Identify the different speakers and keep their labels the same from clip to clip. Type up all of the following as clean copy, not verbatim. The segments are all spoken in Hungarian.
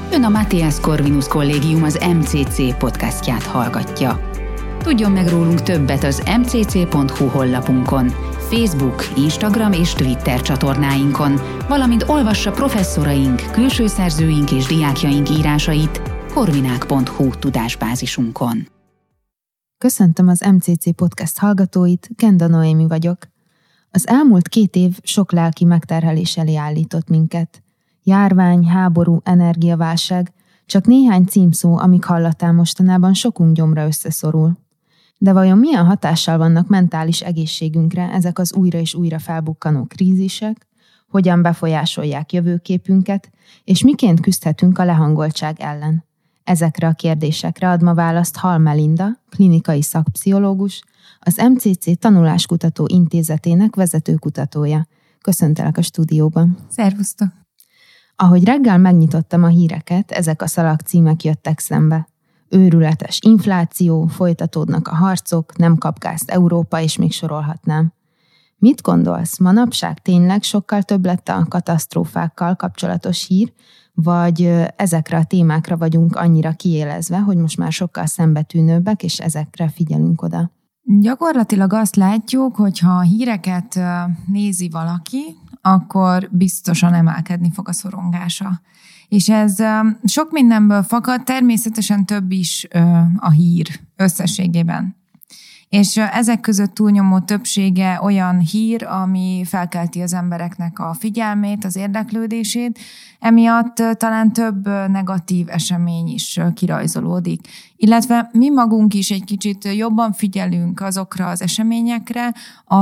Speaker 1: Ön a Matthias Corvinus Kollégium az MCC podcastját hallgatja. Tudjon meg rólunk többet az mcc.hu honlapunkon, Facebook, Instagram és Twitter csatornáinkon, valamint olvassa professzoraink, külső szerzőink és diákjaink írásait corvinák.hu tudásbázisunkon.
Speaker 2: Köszöntöm az MCC podcast hallgatóit, Kenda Noémi vagyok. Az elmúlt 2 év sok lelki megterhelés elé állított minket. Járvány, háború, energiaválság, csak néhány címszó, amik hallatán mostanában sokunk gyomra összeszorul. De vajon milyen hatással vannak mentális egészségünkre ezek az újra és újra felbukkanó krízisek, hogyan befolyásolják jövőképünket, és miként küzdhetünk a lehangoltság ellen? Ezekre a kérdésekre ad ma választ Hall Melinda, klinikai szakpszichológus, az MCC Tanuláskutató Intézetének vezető kutatója. Köszöntelek a stúdióban.
Speaker 3: Szervusztok!
Speaker 2: Ahogy reggel megnyitottam a híreket, ezek a szalagcímek jöttek szembe. Őrületes infláció, folytatódnak a harcok, nem kap gázt Európa, és még sorolhatnám. Mit gondolsz, manapság tényleg sokkal több lett a katasztrófákkal kapcsolatos hír, vagy ezekre a témákra vagyunk annyira kiélezve, hogy most már sokkal szembetűnőbbek, és ezekre figyelünk oda?
Speaker 3: Gyakorlatilag azt látjuk, hogy ha a híreket nézi valaki, akkor biztosan emelkedni fog a szorongása. És ez sok mindenből fakad, természetesen több is a hír összességében. És ezek között túlnyomó többsége olyan hír, ami felkelti az embereknek a figyelmét, az érdeklődését, emiatt talán több negatív esemény is kirajzolódik. Illetve mi magunk is egy kicsit jobban figyelünk azokra az eseményekre,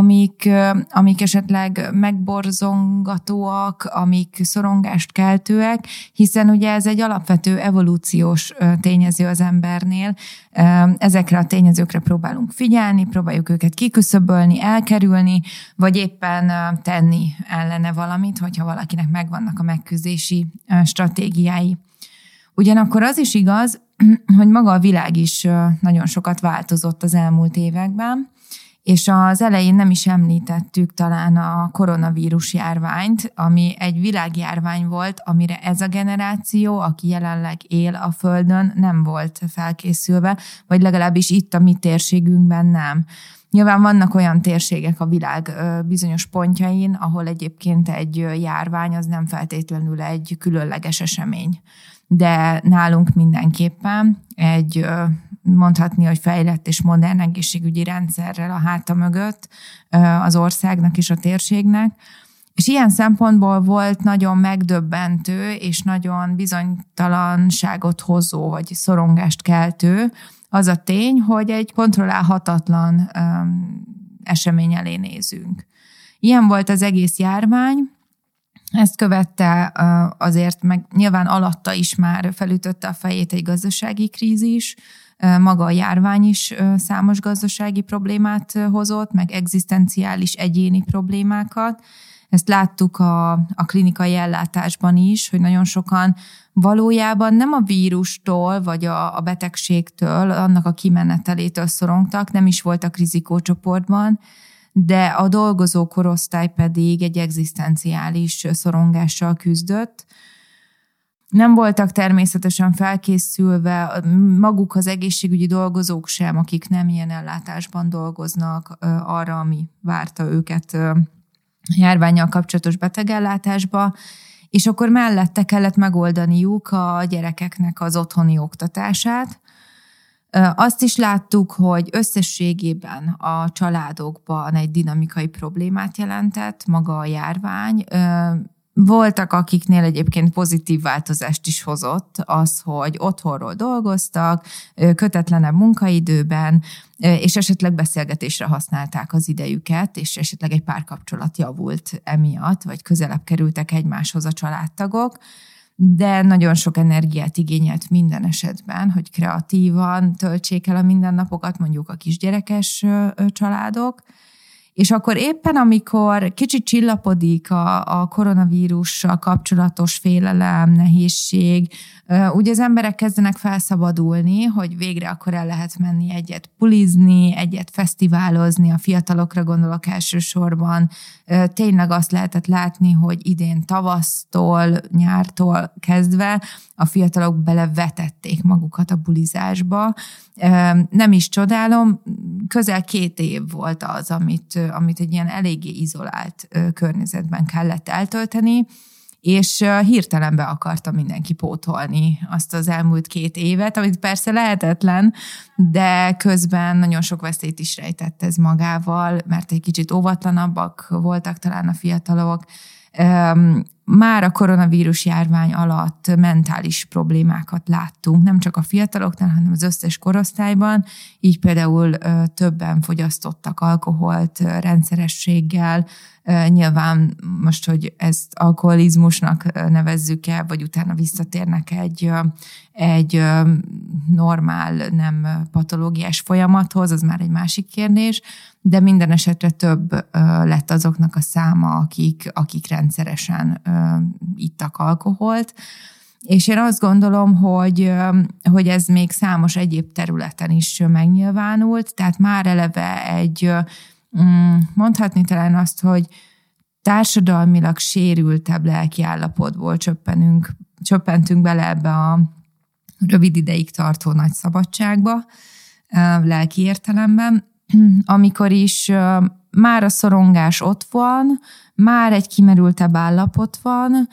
Speaker 3: amik esetleg megborzongatóak, amik szorongást keltőek, hiszen ugye ez egy alapvető evolúciós tényező az embernél. Ezekre a tényezőkre próbálunk figyelni, próbáljuk őket kiküszöbölni, elkerülni, vagy éppen tenni ellene valamit, hogyha valakinek megvannak a megküzdési stratégiái. Ugyanakkor az is igaz, hogy maga a világ is nagyon sokat változott az elmúlt években, és az elején nem is említettük talán a koronavírus járványt, ami egy világjárvány volt, amire ez a generáció, aki jelenleg él a Földön, nem volt felkészülve, vagy legalábbis itt a mi térségünkben nem. Nyilván vannak olyan térségek a világ bizonyos pontjain, ahol egyébként egy járvány az nem feltétlenül egy különleges esemény. De nálunk mindenképpen egy mondhatni, hogy fejlett és modern egészségügyi rendszerrel a háta mögött az országnak és a térségnek. És ilyen szempontból volt nagyon megdöbbentő és nagyon bizonytalanságot hozó, vagy szorongást keltő az a tény, hogy egy kontrollálhatatlan esemény elé nézünk. Ilyen volt az egész járvány. Ezt követte azért, meg nyilván alatta is már felütötte a fejét egy gazdasági krízis, maga a járvány is számos gazdasági problémát hozott, meg egzisztenciális egyéni problémákat. Ezt láttuk a klinikai ellátásban is, hogy nagyon sokan valójában nem a vírustól, vagy a betegségtől, annak a kimenetelétől szorongtak, nem is voltak rizikócsoportban, de a dolgozó korosztály pedig egy egzisztenciális szorongással küzdött. Nem voltak természetesen felkészülve maguk az egészségügyi dolgozók sem, akik nem ilyen ellátásban dolgoznak arra, ami várta őket járvánnyal kapcsolatos betegellátásba, és akkor mellette kellett megoldaniuk a gyerekeknek az otthoni oktatását. Azt is láttuk, hogy összességében a családokban egy dinamikai problémát jelentett maga a járvány. Voltak, akiknél egyébként pozitív változást is hozott az, hogy otthonról dolgoztak, kötetlenebb munkaidőben, és esetleg beszélgetésre használták az idejüket, és esetleg egy párkapcsolat javult emiatt, vagy közelebb kerültek egymáshoz a családtagok, de nagyon sok energiát igényelt minden esetben, hogy kreatívan töltsék el a mindennapokat, mondjuk a kisgyerekes családok, És akkor éppen, amikor kicsit csillapodik a koronavírussal kapcsolatos félelem, nehézség, úgy az emberek kezdenek felszabadulni, hogy végre akkor el lehet menni egyet bulizni, egyet fesztiválozni, a fiatalokra gondolok elsősorban. Tényleg azt lehetett látni, hogy idén tavasztól, nyártól kezdve a fiatalok belevetették magukat a bulizásba. Nem is csodálom, közel 2 év volt az, amit egy ilyen eléggé izolált környezetben kellett eltölteni, és hirtelen be akarta mindenki pótolni azt az elmúlt 2 évet, amit persze lehetetlen, de közben nagyon sok veszélyt is rejtett ez magával, mert egy kicsit óvatlanabbak voltak talán a fiatalok. Már a koronavírus járvány alatt mentális problémákat láttunk, nem csak a fiataloknál, hanem az összes korosztályban, így például többen fogyasztottak alkoholt rendszerességgel, nyilván most, hogy ezt alkoholizmusnak nevezzük-e, vagy utána visszatérnek egy normál, nem patológiás folyamathoz, az már egy másik kérdés, de minden esetre több lett azoknak a száma, akik rendszeresen ittak alkoholt, és én azt gondolom, hogy ez még számos egyéb területen is megnyilvánult, tehát már eleve mondhatni talán azt, hogy társadalmilag sérültebb lelki állapotból csöppentünk bele ebbe a rövid ideig tartó nagy szabadságba, lelki értelemben, amikor is már a szorongás ott van, már egy kimerültebb állapot van,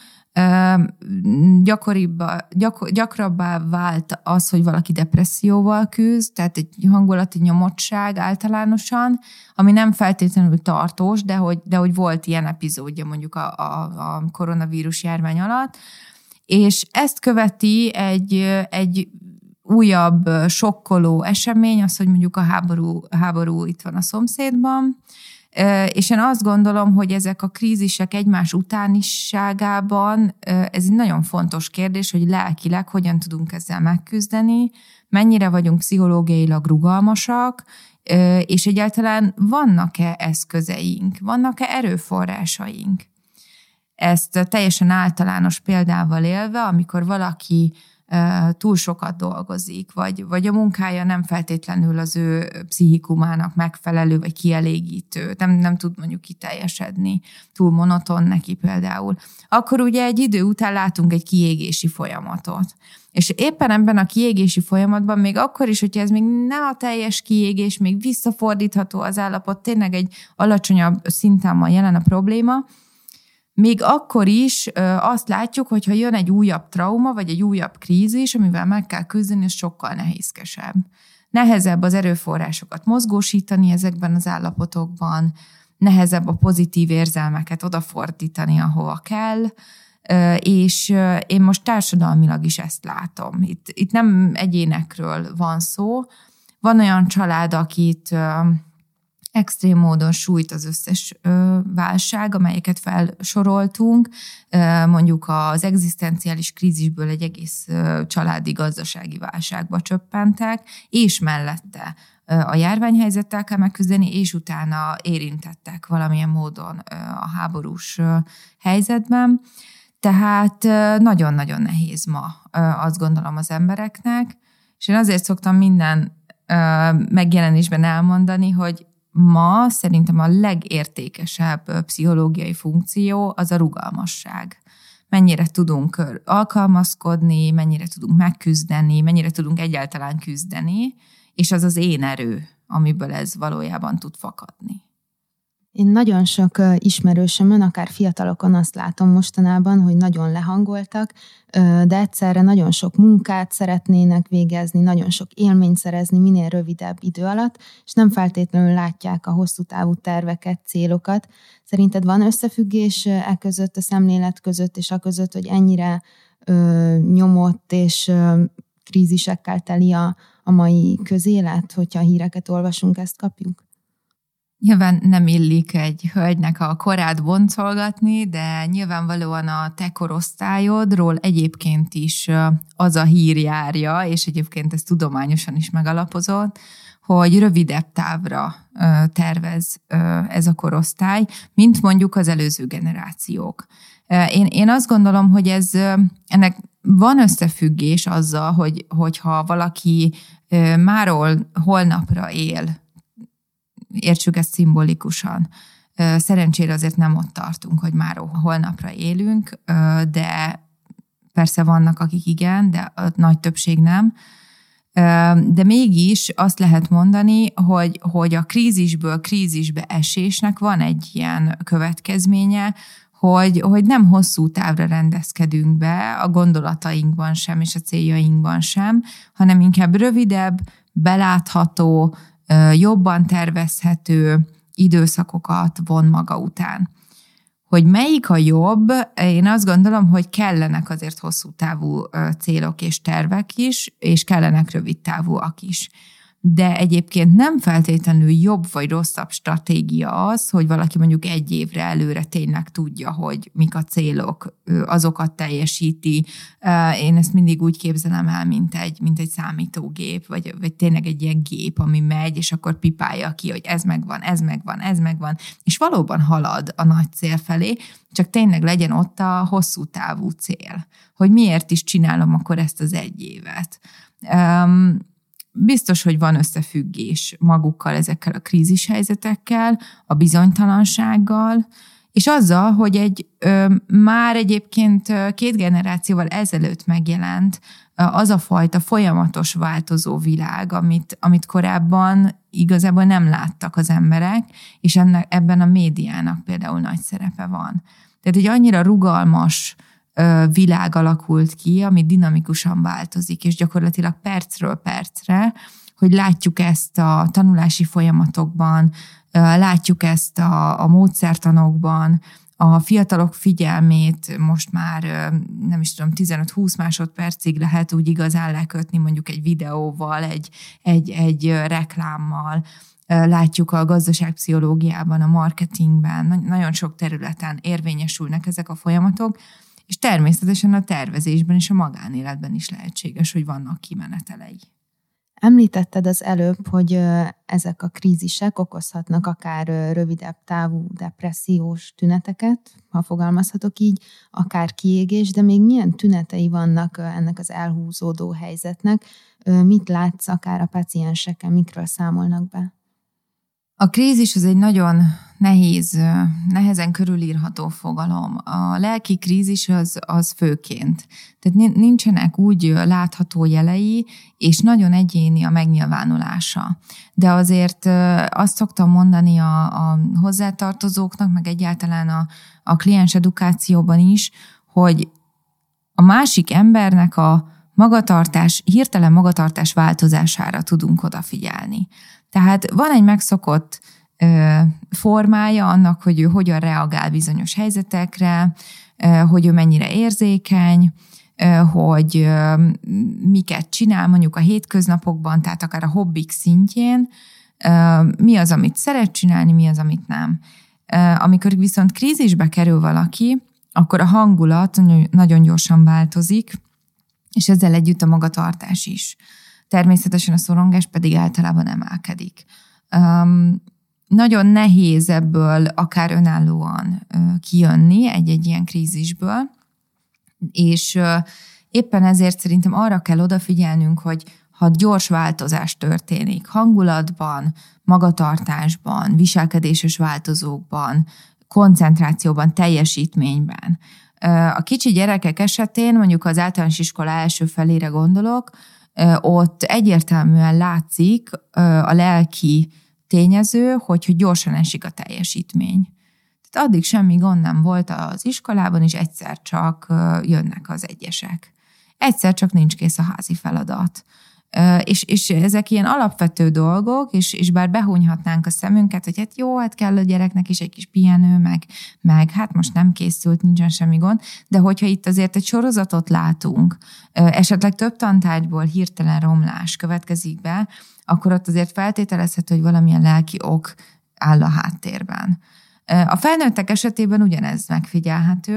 Speaker 3: gyakrabbá vált az, hogy valaki depresszióval küzd, tehát egy hangulati nyomottság általánosan, ami nem feltétlenül tartós, de hogy volt ilyen epizódja mondjuk a koronavírus járvány alatt, és ezt követi egy újabb sokkoló esemény, az, hogy mondjuk a háború itt van a szomszédban, és én azt gondolom, hogy ezek a krízisek egymás utániságában ez egy nagyon fontos kérdés, hogy lelkileg hogyan tudunk ezzel megküzdeni, mennyire vagyunk pszichológiailag rugalmasak, és egyáltalán vannak-e eszközeink, vannak-e erőforrásaink. Ezt teljesen általános példával élve, amikor valaki túl sokat dolgozik, vagy a munkája nem feltétlenül az ő pszichikumának megfelelő, vagy kielégítő, nem tud mondjuk kiteljesedni, túl monoton neki például, akkor ugye egy idő után látunk egy kiégési folyamatot. És éppen ebben a kiégési folyamatban, még akkor is, hogyha ez még nem a teljes kiégés, még visszafordítható az állapot, tényleg egy alacsonyabb szinten van jelen a probléma, még akkor is azt látjuk, hogyha jön egy újabb trauma, vagy egy újabb krízis, amivel meg kell küzdeni, ez sokkal nehézkesebb. Nehezebb az erőforrásokat mozgósítani ezekben az állapotokban, nehezebb a pozitív érzelmeket odafordítani, ahova kell, és én most társadalmilag is ezt látom. Itt nem egyénekről van szó. Van olyan család, akit extrém módon sújt az összes válság, amelyeket felsoroltunk, mondjuk az egzisztenciális krízisből egy egész családi gazdasági válságba csöppentek, és mellette a járványhelyzettel kell megküzdeni, és utána érintettek valamilyen módon a háborús helyzetben. Tehát nagyon-nagyon nehéz ma, azt gondolom, az embereknek, és én azért szoktam minden megjelenésben elmondani, hogy ma szerintem a legértékesebb pszichológiai funkció az a rugalmasság. Mennyire tudunk alkalmazkodni, mennyire tudunk megküzdeni, mennyire tudunk egyáltalán küzdeni, és az az én erő, amiből ez valójában tud fakadni.
Speaker 2: Én nagyon sok ismerősömön, akár fiatalokon azt látom mostanában, hogy nagyon lehangoltak, de egyszerre nagyon sok munkát szeretnének végezni, nagyon sok élményt szerezni minél rövidebb idő alatt, és nem feltétlenül látják a hosszú távú terveket, célokat. Szerinted van összefüggés között, a szemlélet között, és a között, hogy ennyire nyomott és krízisekkel teli a mai közélet, hogyha híreket olvasunk, ezt kapjuk?
Speaker 3: Nyilván nem illik egy hölgynek a korát boncolgatni, de nyilvánvalóan a te korosztályodról egyébként is az a hír járja, és egyébként ez tudományosan is megalapozott, hogy rövidebb távra tervez ez a korosztály, mint mondjuk az előző generációk. Én azt gondolom, hogy ennek van összefüggés azzal, hogyha valaki máról holnapra él, értsük ezt szimbolikusan. Szerencsére azért nem ott tartunk, hogy máról holnapra élünk, de persze vannak, akik igen, de a nagy többség nem. De mégis azt lehet mondani, hogy a krízisből krízisbe esésnek van egy ilyen következménye, hogy nem hosszú távra rendezkedünk be a gondolatainkban sem és a céljainkban sem, hanem inkább rövidebb, belátható, jobban tervezhető időszakokat von maga után. Hogy melyik a jobb, én azt gondolom, hogy kellenek azért hosszú távú célok és tervek is, és kellenek rövid távúak is. De egyébként nem feltétlenül jobb vagy rosszabb stratégia az, hogy valaki mondjuk 1 évre előre tényleg tudja, hogy mik a célok, azokat teljesíti. Én ezt mindig úgy képzelem el, mint egy számítógép, vagy tényleg egy ilyen gép, ami megy, és akkor pipálja ki, hogy ez megvan, és valóban halad a nagy cél felé, csak tényleg legyen ott a hosszú távú cél, hogy miért is csinálom akkor ezt az 1 évet. Biztos, hogy van összefüggés magukkal, ezekkel a krízishelyzetekkel, a bizonytalansággal, és azzal, hogy már egyébként 2 generációval ezelőtt megjelent az a fajta folyamatos változó világ, amit korábban igazából nem láttak az emberek, és ebben a médiának például nagy szerepe van. Tehát egy annyira rugalmas világ alakult ki, ami dinamikusan változik, és gyakorlatilag percről percre, hogy látjuk ezt a tanulási folyamatokban, látjuk ezt a módszertanokban, a fiatalok figyelmét most már, nem is tudom, 15-20 másodpercig lehet úgy igazán lekötni mondjuk egy videóval, egy reklámmal. Látjuk a gazdaságpszichológiában, a marketingben, nagyon sok területen érvényesülnek ezek a folyamatok, és természetesen a tervezésben és a magánéletben is lehetséges, hogy vannak kimenetelei.
Speaker 2: Említetted az előbb, hogy ezek a krízisek okozhatnak akár rövidebb távú depressziós tüneteket, ha fogalmazhatok így, akár kiégés, de még milyen tünetei vannak ennek az elhúzódó helyzetnek? Mit látsz akár a pácienseken, mikről számolnak be?
Speaker 3: A krízis az egy nagyon nehezen körülírható fogalom. A lelki krízis az főként. Tehát nincsenek úgy látható jelei, és nagyon egyéni a megnyilvánulása. De azért azt szoktam mondani a hozzátartozóknak, meg egyáltalán a kliens edukációban is, hogy a másik embernek a hirtelen magatartás változására tudunk odafigyelni. Tehát van egy megszokott formája annak, hogy ő hogyan reagál bizonyos helyzetekre, hogy ő mennyire érzékeny, hogy miket csinál mondjuk a hétköznapokban, tehát akár a hobbik szintjén, mi az, amit szeret csinálni, mi az, amit nem. Amikor viszont krízisbe kerül valaki, akkor a hangulat nagyon gyorsan változik, és ezzel együtt a magatartás is. Természetesen a szorongás pedig általában emelkedik. Nagyon nehéz ebből akár önállóan kijönni egy ilyen krízisből, és éppen ezért szerintem arra kell odafigyelnünk, hogy ha gyors változás történik hangulatban, magatartásban, viselkedéses változókban, koncentrációban, teljesítményben. A kicsi gyerekek esetén, mondjuk az általános iskola első felére gondolok, ott egyértelműen látszik a lelki tényező, hogy gyorsan esik a teljesítmény. Tehát addig semmi gond nem volt az iskolában, és egyszer csak jönnek az egyesek. Egyszer csak nincs kész a házi feladat. És ezek ilyen alapvető dolgok, és bár behúnyhatnánk a szemünket, hogy hát jó, hát kell a gyereknek is egy kis pihenő, meg hát most nem készült, nincsen semmi gond, de hogyha itt azért egy sorozatot látunk, esetleg több tantárgyból hirtelen romlás következik be, akkor ott azért feltételezhető, hogy valamilyen lelki ok áll a háttérben. A felnőttek esetében ugyanez megfigyelhető,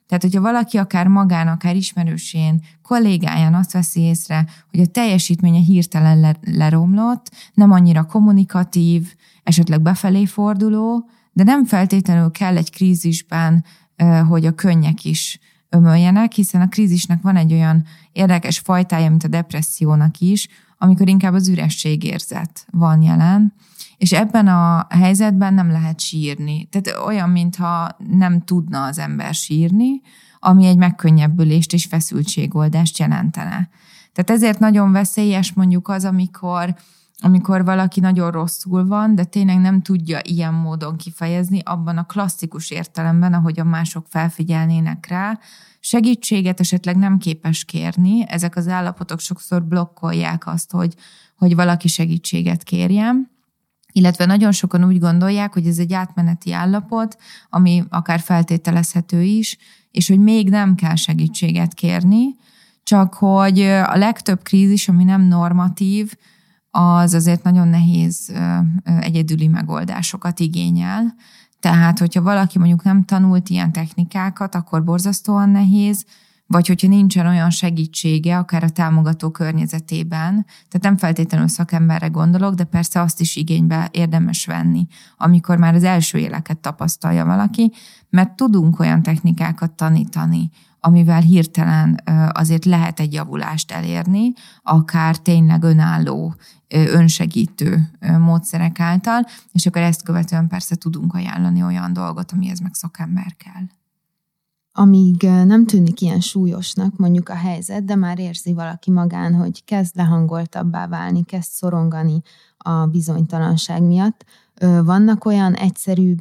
Speaker 3: Tehát, hogyha valaki akár magán, akár ismerősén, kollégáján azt veszi észre, hogy a teljesítménye hirtelen leromlott, nem annyira kommunikatív, esetleg befelé forduló, de nem feltétlenül kell egy krízisben, hogy a könnyek is ömöljenek, hiszen a krízisnek van egy olyan érdekes fajtája, mint a depressziónak is, amikor inkább az ürességérzet van jelen, és ebben a helyzetben nem lehet sírni. Tehát olyan, mintha nem tudna az ember sírni, ami egy megkönnyebbülést és feszültségoldást jelentene. Tehát ezért nagyon veszélyes mondjuk az, amikor valaki nagyon rosszul van, de tényleg nem tudja ilyen módon kifejezni, abban a klasszikus értelemben, ahogy a mások felfigyelnének rá, segítséget esetleg nem képes kérni, ezek az állapotok sokszor blokkolják azt, hogy valaki segítséget kérjen, illetve nagyon sokan úgy gondolják, hogy ez egy átmeneti állapot, ami akár feltételezhető is, és hogy még nem kell segítséget kérni, csak hogy a legtöbb krízis, ami nem normatív, az azért nagyon nehéz egyedüli megoldásokat igényel. Tehát, hogyha valaki mondjuk nem tanult ilyen technikákat, akkor borzasztóan nehéz, vagy hogyha nincsen olyan segítsége, akár a támogató környezetében, tehát nem feltétlenül szakemberre gondolok, de persze azt is igénybe érdemes venni, amikor már az első éleket tapasztalja valaki, mert tudunk olyan technikákat tanítani, amivel hirtelen azért lehet egy javulást elérni, akár tényleg önálló, önsegítő módszerek által, és akkor ezt követően persze tudunk ajánlani olyan dolgot, amihez meg szakember kell.
Speaker 2: Amíg nem tűnik ilyen súlyosnak mondjuk a helyzet, de már érzi valaki magán, hogy kezd lehangoltabbá válni, kezd szorongani a bizonytalanság miatt. Vannak olyan egyszerűbb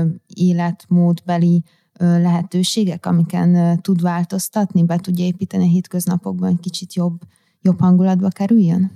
Speaker 2: életmódbeli lehetőségek, amiken tud változtatni, be tudja építeni a hétköznapokban, hogy kicsit jobb hangulatba kerüljön?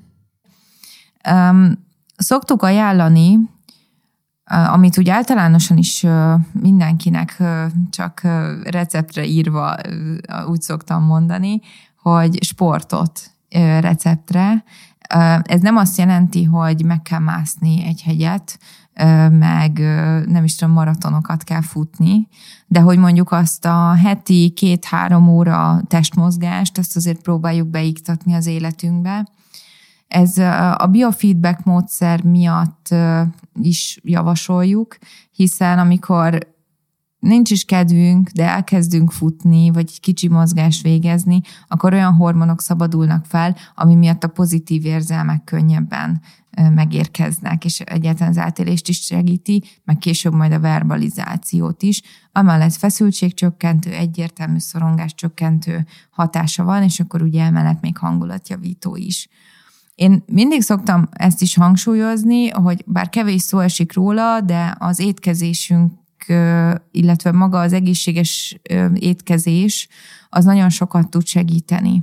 Speaker 3: Szoktuk ajánlani, amit úgy általánosan is mindenkinek csak receptre írva úgy szoktam mondani, hogy sportot receptre. Ez nem azt jelenti, hogy meg kell mászni egy hegyet, meg nem is tudom, maratonokat kell futni, de hogy mondjuk azt a heti 2-3 óra testmozgást, ezt azért próbáljuk beiktatni az életünkbe. Ez a biofeedback módszer miatt is javasoljuk, hiszen amikor nincs is kedvünk, de elkezdünk futni, vagy egy kicsi mozgást végezni, akkor olyan hormonok szabadulnak fel, ami miatt a pozitív érzelmek könnyebben megérkeznek, és egyáltalán az átélést is segíti, meg később majd a verbalizációt is. Amellett feszültségcsökkentő, egyértelmű szorongáscsökkentő hatása van, és akkor ugye emellett még hangulatjavító is. Én mindig szoktam ezt is hangsúlyozni, hogy bár kevés szó esik róla, de az étkezésünk, illetve maga az egészséges étkezés, az nagyon sokat tud segíteni.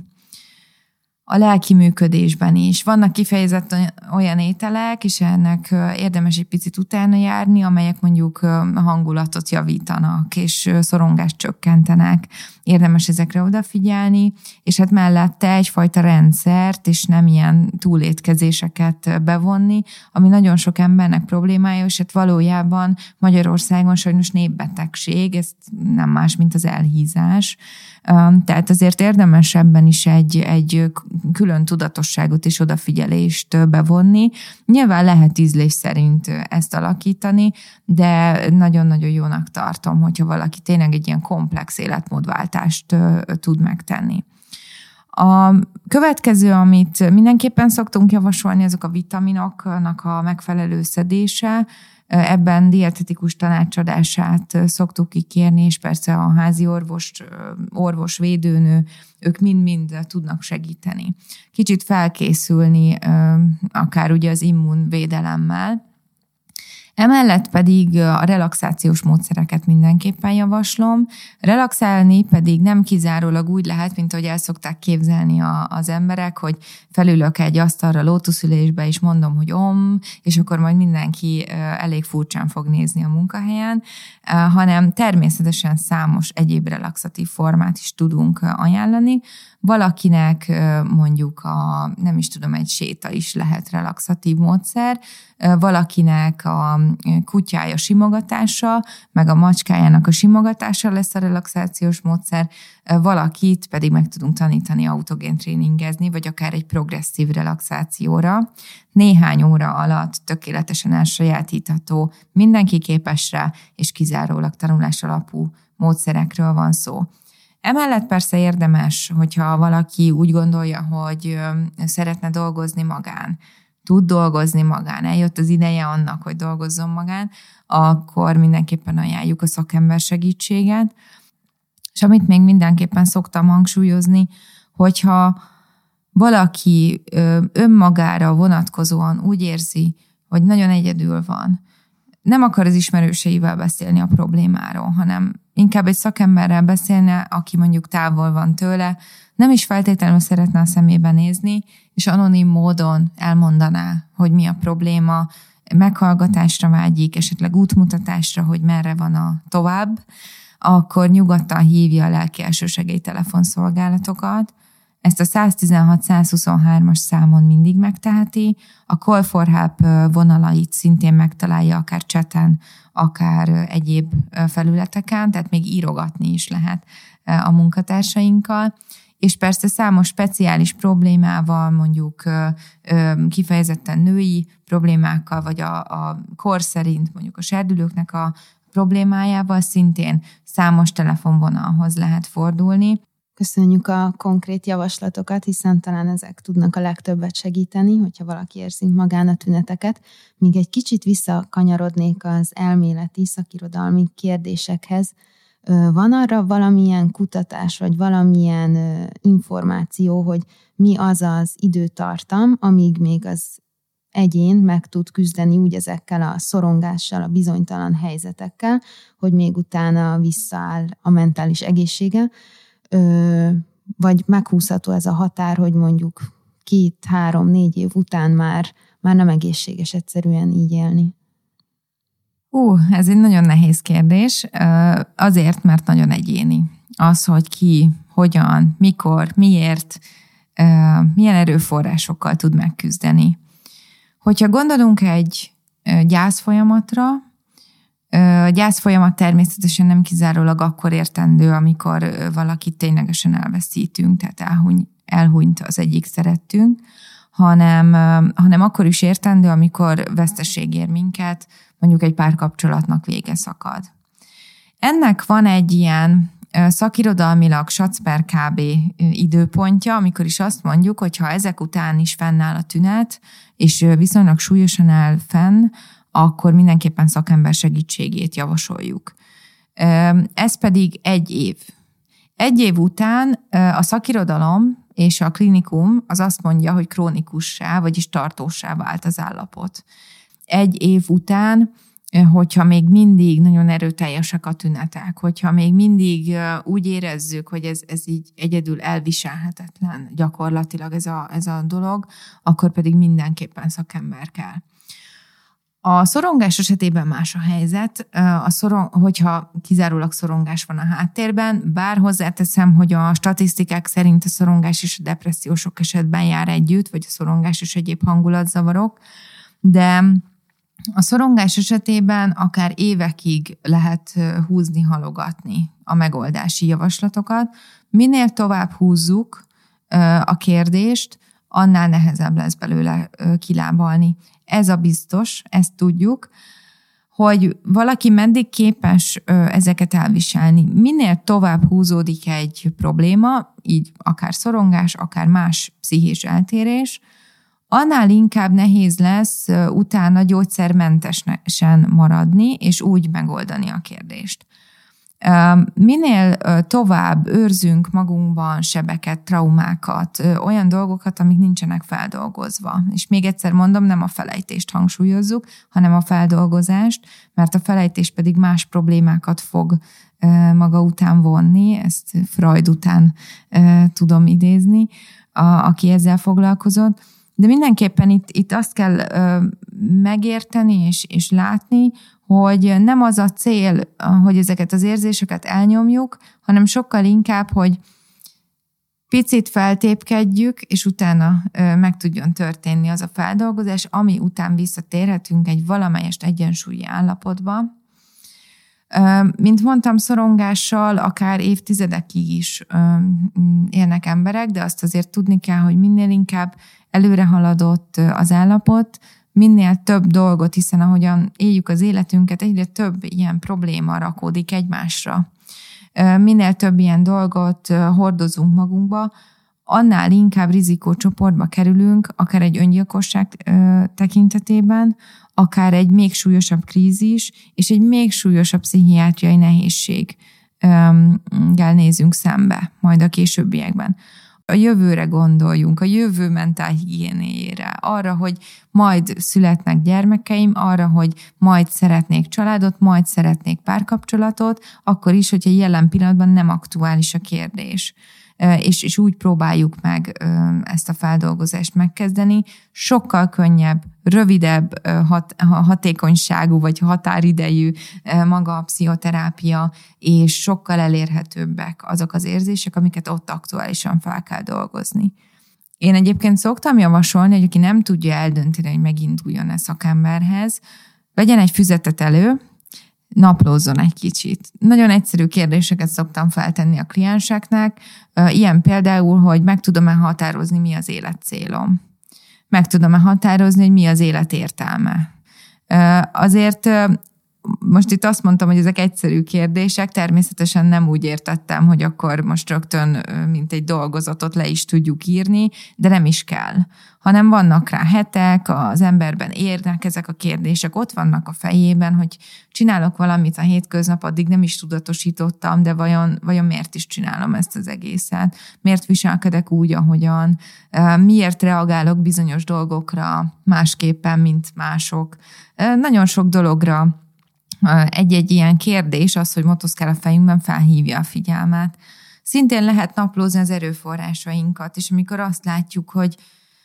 Speaker 3: A lelki működésben is. Vannak kifejezetten olyan ételek, és ennek érdemes egy picit utána járni, amelyek mondjuk hangulatot javítanak, és szorongást csökkentenek. Érdemes ezekre odafigyelni, és hát mellette egyfajta rendszert, és nem ilyen túlétkezéseket bevonni, ami nagyon sok embernek problémája, és hát valójában Magyarországon sajnos népbetegség, ez nem más, mint az elhízás. Tehát azért érdemes ebben is egy külön tudatosságot és odafigyelést bevonni. Nyilván lehet ízlés szerint ezt alakítani, de nagyon-nagyon jónak tartom, hogyha valaki tényleg egy ilyen komplex életmódváltást tud megtenni. A következő, amit mindenképpen szoktunk javasolni, azok a vitaminoknak a megfelelő szedése. Ebben dietetikus tanácsadását szoktuk kikérni, és persze a házi orvos, védőnő, ők mind-mind tudnak segíteni. Kicsit felkészülni akár ugye az immunvédelemmel. Emellett pedig a relaxációs módszereket mindenképpen javaslom. Relaxálni pedig nem kizárólag úgy lehet, mint ahogy el szokták képzelni az emberek, hogy felülök egy asztalra lótuszülésbe, és mondom, hogy és akkor majd mindenki elég furcsán fog nézni a munkahelyen, hanem természetesen számos egyéb relaxatív formát is tudunk ajánlani. Valakinek mondjuk egy séta is lehet relaxatív módszer, valakinek a kutyája simogatása, meg a macskájának a simogatása lesz a relaxációs módszer, valakit pedig meg tudunk tanítani autogén tréningezni, vagy akár egy progresszív relaxációra. Néhány óra alatt tökéletesen elsajátítható, mindenki képes rá, és kizárólag tanulás alapú módszerekről van szó. Emellett persze érdemes, hogyha valaki úgy gondolja, hogy szeretne dolgozni magán, tud dolgozni magán, eljött az ideje annak, hogy dolgozzon magán, akkor mindenképpen ajánljuk a szakember segítséget. És amit még mindenképpen szoktam hangsúlyozni, hogyha valaki önmagára vonatkozóan úgy érzi, hogy nagyon egyedül van, nem akar az ismerőseivel beszélni a problémáról, hanem inkább egy szakemberrel beszélne, aki mondjuk távol van tőle, nem is feltétlenül szeretne a szemébe nézni, és anonim módon elmondaná, hogy mi a probléma, meghallgatásra vágyik, esetleg útmutatásra, hogy merre van a tovább, akkor nyugodtan hívja a lelki elsősegély telefonszolgálatokat. Ezt a 116-123-as számon mindig megteheti. A Call for Help vonalait szintén megtalálja akár chaten, akár egyéb felületeken, tehát még írogatni is lehet a munkatársainkkal. És persze számos speciális problémával, mondjuk kifejezetten női problémákkal, vagy a kor szerint mondjuk a serdülőknek a problémájával szintén számos telefonvonalhoz lehet fordulni.
Speaker 2: Köszönjük a konkrét javaslatokat, hiszen talán ezek tudnak a legtöbbet segíteni, hogyha valaki érzi magán a tüneteket. Míg egy kicsit visszakanyarodnék az elméleti, szakirodalmi kérdésekhez, van arra valamilyen kutatás, vagy valamilyen információ, hogy mi az az időtartam, amíg még az egyén meg tud küzdeni úgy ezekkel a szorongással, a bizonytalan helyzetekkel, hogy még utána visszaáll a mentális egészsége, vagy meghúzható ez a határ, hogy mondjuk 2-3-4 év után már nem egészséges egyszerűen így élni.
Speaker 3: Ez egy nagyon nehéz kérdés, azért, mert nagyon egyéni. Az, hogy ki, hogyan, mikor, miért, milyen erőforrásokkal tud megküzdeni. Hogyha gondolunk egy gyászfolyamatra, a gyászfolyamat természetesen nem kizárólag akkor értendő, amikor valakit ténylegesen elveszítünk, tehát elhunyt az egyik szerettünk, hanem akkor is értendő, amikor veszteség ér minket, mondjuk egy párkapcsolatnak vége szakad. Ennek van egy ilyen szakirodalmilag Schatzper kb. Időpontja, amikor is azt mondjuk, hogy ha ezek után is fennáll a tünet, és viszonylag súlyosan áll fenn, akkor mindenképpen szakember segítségét javasoljuk. Ez pedig 1 év. 1 év után a szakirodalom és a klinikum az azt mondja, hogy krónikussá, vagyis tartósá vált az állapot. 1 év után, hogyha még mindig nagyon erőteljesek a tünetek, hogyha még mindig úgy érezzük, hogy ez így egyedül elviselhetetlen gyakorlatilag ez a dolog, akkor pedig mindenképpen szakember kell. A szorongás esetében más a helyzet, hogyha kizárólag szorongás van a háttérben, bár hozzáteszem, hogy a statisztikák szerint a szorongás és a depresszió sok esetben jár együtt, vagy a szorongás és egyéb hangulatzavarok, de a szorongás esetében akár évekig lehet húzni, halogatni a megoldási javaslatokat. Minél tovább húzzuk a kérdést, annál nehezebb lesz belőle kilábalni. Ez a biztos, ezt tudjuk, hogy valaki meddig képes ezeket elviselni. Minél tovább húzódik egy probléma, így akár szorongás, akár más pszichés eltérés, annál inkább nehéz lesz utána gyógyszermentesen maradni, és úgy megoldani a kérdést. Minél tovább őrzünk magunkban sebeket, traumákat, olyan dolgokat, amik nincsenek feldolgozva. És még egyszer mondom, nem a felejtést hangsúlyozzuk, hanem a feldolgozást, mert a felejtés pedig más problémákat fog maga után vonni, ezt Freud után tudom idézni, aki ezzel foglalkozott. De mindenképpen itt azt kell megérteni és látni, hogy nem az a cél, hogy ezeket az érzéseket elnyomjuk, hanem sokkal inkább, hogy picit feltépkedjük, és utána meg tudjon történni az a feldolgozás, ami után visszatérhetünk egy valamelyest egyensúlyi állapotba. Mint mondtam, szorongással akár évtizedekig is élnek emberek, de azt azért tudni kell, hogy minél inkább előre haladott az állapot, minél több dolgot, hiszen ahogyan éljük az életünket, egyre több ilyen probléma rakódik egymásra. Minél több ilyen dolgot hordozunk magunkba, annál inkább rizikócsoportba kerülünk, akár egy öngyilkosság tekintetében, akár egy még súlyosabb krízis, és egy még súlyosabb pszichiátriai nehézséggel nézünk szembe majd a későbbiekben. A jövőre gondoljunk, a jövő mentálhigiénéjére, arra, hogy majd születnek gyermekeim, arra, hogy majd szeretnék családot, majd szeretnék párkapcsolatot, akkor is, hogyha jelen pillanatban nem aktuális a kérdés. És úgy próbáljuk meg ezt a feldolgozást megkezdeni. Sokkal könnyebb, rövidebb hatékonyságú vagy határidejű maga a pszichoterápia, és sokkal elérhetőbbek azok az érzések, amiket ott aktuálisan fel kell dolgozni. Én egyébként szoktam javasolni, hogy aki nem tudja eldönteni, hogy meginduljon-e szakemberhez, vegyen egy füzetet elő, naplózzon egy kicsit. Nagyon egyszerű kérdéseket szoktam feltenni a klienseknek, ilyen például, hogy meg tudom-e határozni, mi az életcélom. Meg tudom-e határozni, hogy mi az élet értelme. Azért most itt azt mondtam, hogy ezek egyszerű kérdések, természetesen nem úgy értettem, hogy akkor most rögtön, mint egy dolgozatot le is tudjuk írni, de nem is kell, hanem vannak rá hetek, az emberben érnek ezek a kérdések, ott vannak a fejében, hogy csinálok valamit a hétköznap, addig nem is tudatosítottam, de vajon miért is csinálom ezt az egészet? Miért viselkedek úgy, ahogyan? Miért reagálok bizonyos dolgokra másképpen, mint mások? Nagyon sok dologra egy-egy ilyen kérdés, az, hogy motoszkál a fejünkben, felhívja a figyelmet. Szintén lehet naplózni az erőforrásainkat, és amikor azt látjuk, hogy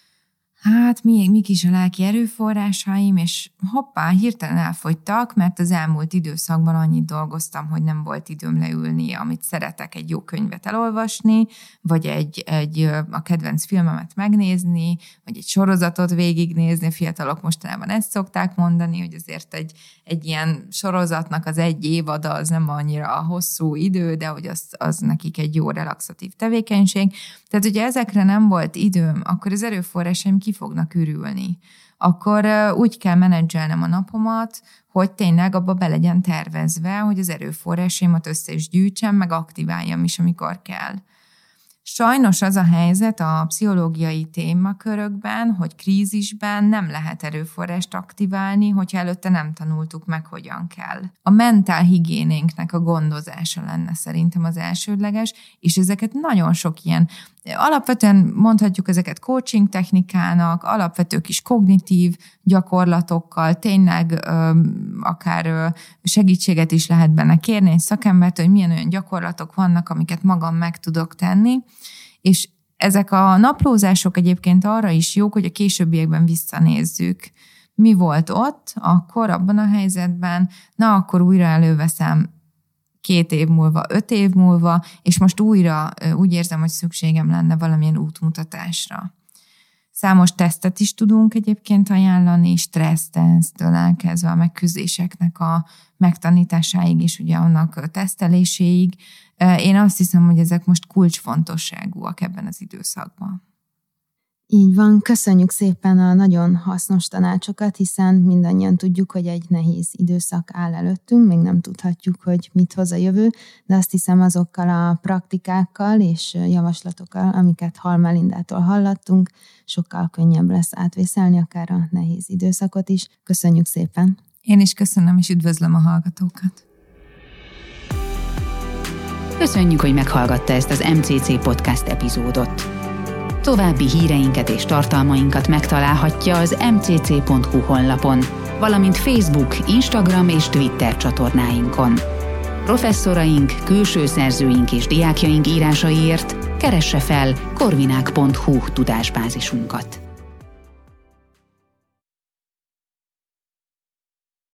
Speaker 3: hát mik is a lelki erőforrásaim, és hoppá, hirtelen elfogytak, mert az elmúlt időszakban annyit dolgoztam, hogy nem volt időm leülni, amit szeretek, egy jó könyvet elolvasni, vagy a kedvenc filmemet megnézni, vagy egy sorozatot végignézni. A fiatalok mostanában ezt szokták mondani, hogy azért egy ilyen sorozatnak az egy évada az nem annyira hosszú idő, de hogy az nekik egy jó relaxatív tevékenység. Tehát, hogyha ezekre nem volt időm, akkor az erőforrásaim ki fognak ürülni. Akkor úgy kell menedzselnem a napomat, hogy tényleg abba be legyen tervezve, hogy az erőforrásaimat össze is gyűjtsem, meg aktiváljam is, amikor kell. Sajnos az a helyzet a pszichológiai témakörökben, hogy krízisben nem lehet erőforrást aktiválni, hogyha előtte nem tanultuk meg, hogyan kell. A mentálhigiénénknek a gondozása lenne szerintem az elsődleges, és ezeket nagyon sok ilyen, alapvetően mondhatjuk ezeket coaching technikának, alapvető kis kognitív gyakorlatokkal, tényleg akár segítséget is lehet benne kérni egy szakembertől, hogy milyen olyan gyakorlatok vannak, amiket magam meg tudok tenni, és ezek a naplózások egyébként arra is jók, hogy a későbbiekben visszanézzük. Mi volt ott, akkor abban a helyzetben, na akkor újra előveszem 2 év múlva, 5 év múlva, és most újra úgy érzem, hogy szükségem lenne valamilyen útmutatásra. Számos tesztet is tudunk egyébként ajánlani, stressztesztől elkezdve a megküzdéseknek a megtanításáig és ugye annak teszteléséig. Én azt hiszem, hogy ezek most kulcsfontosságúak ebben az időszakban.
Speaker 2: Így van, köszönjük szépen a nagyon hasznos tanácsokat, hiszen mindannyian tudjuk, hogy egy nehéz időszak áll előttünk, még nem tudhatjuk, hogy mit hoz a jövő, de azt hiszem azokkal a praktikákkal és javaslatokkal, amiket Hall Melindától hallottunk, sokkal könnyebb lesz átvészelni akár a nehéz időszakot is. Köszönjük szépen!
Speaker 3: Én is köszönöm, és üdvözlöm a hallgatókat!
Speaker 1: Köszönjük, hogy meghallgatta ezt az MCC Podcast epizódot. További híreinket és tartalmainkat megtalálhatja az mcc.hu honlapon, valamint Facebook, Instagram és Twitter csatornáinkon. Professzoraink, külső szerzőink és diákjaink írásaiért keresse fel corvinák.hu tudásbázisunkat.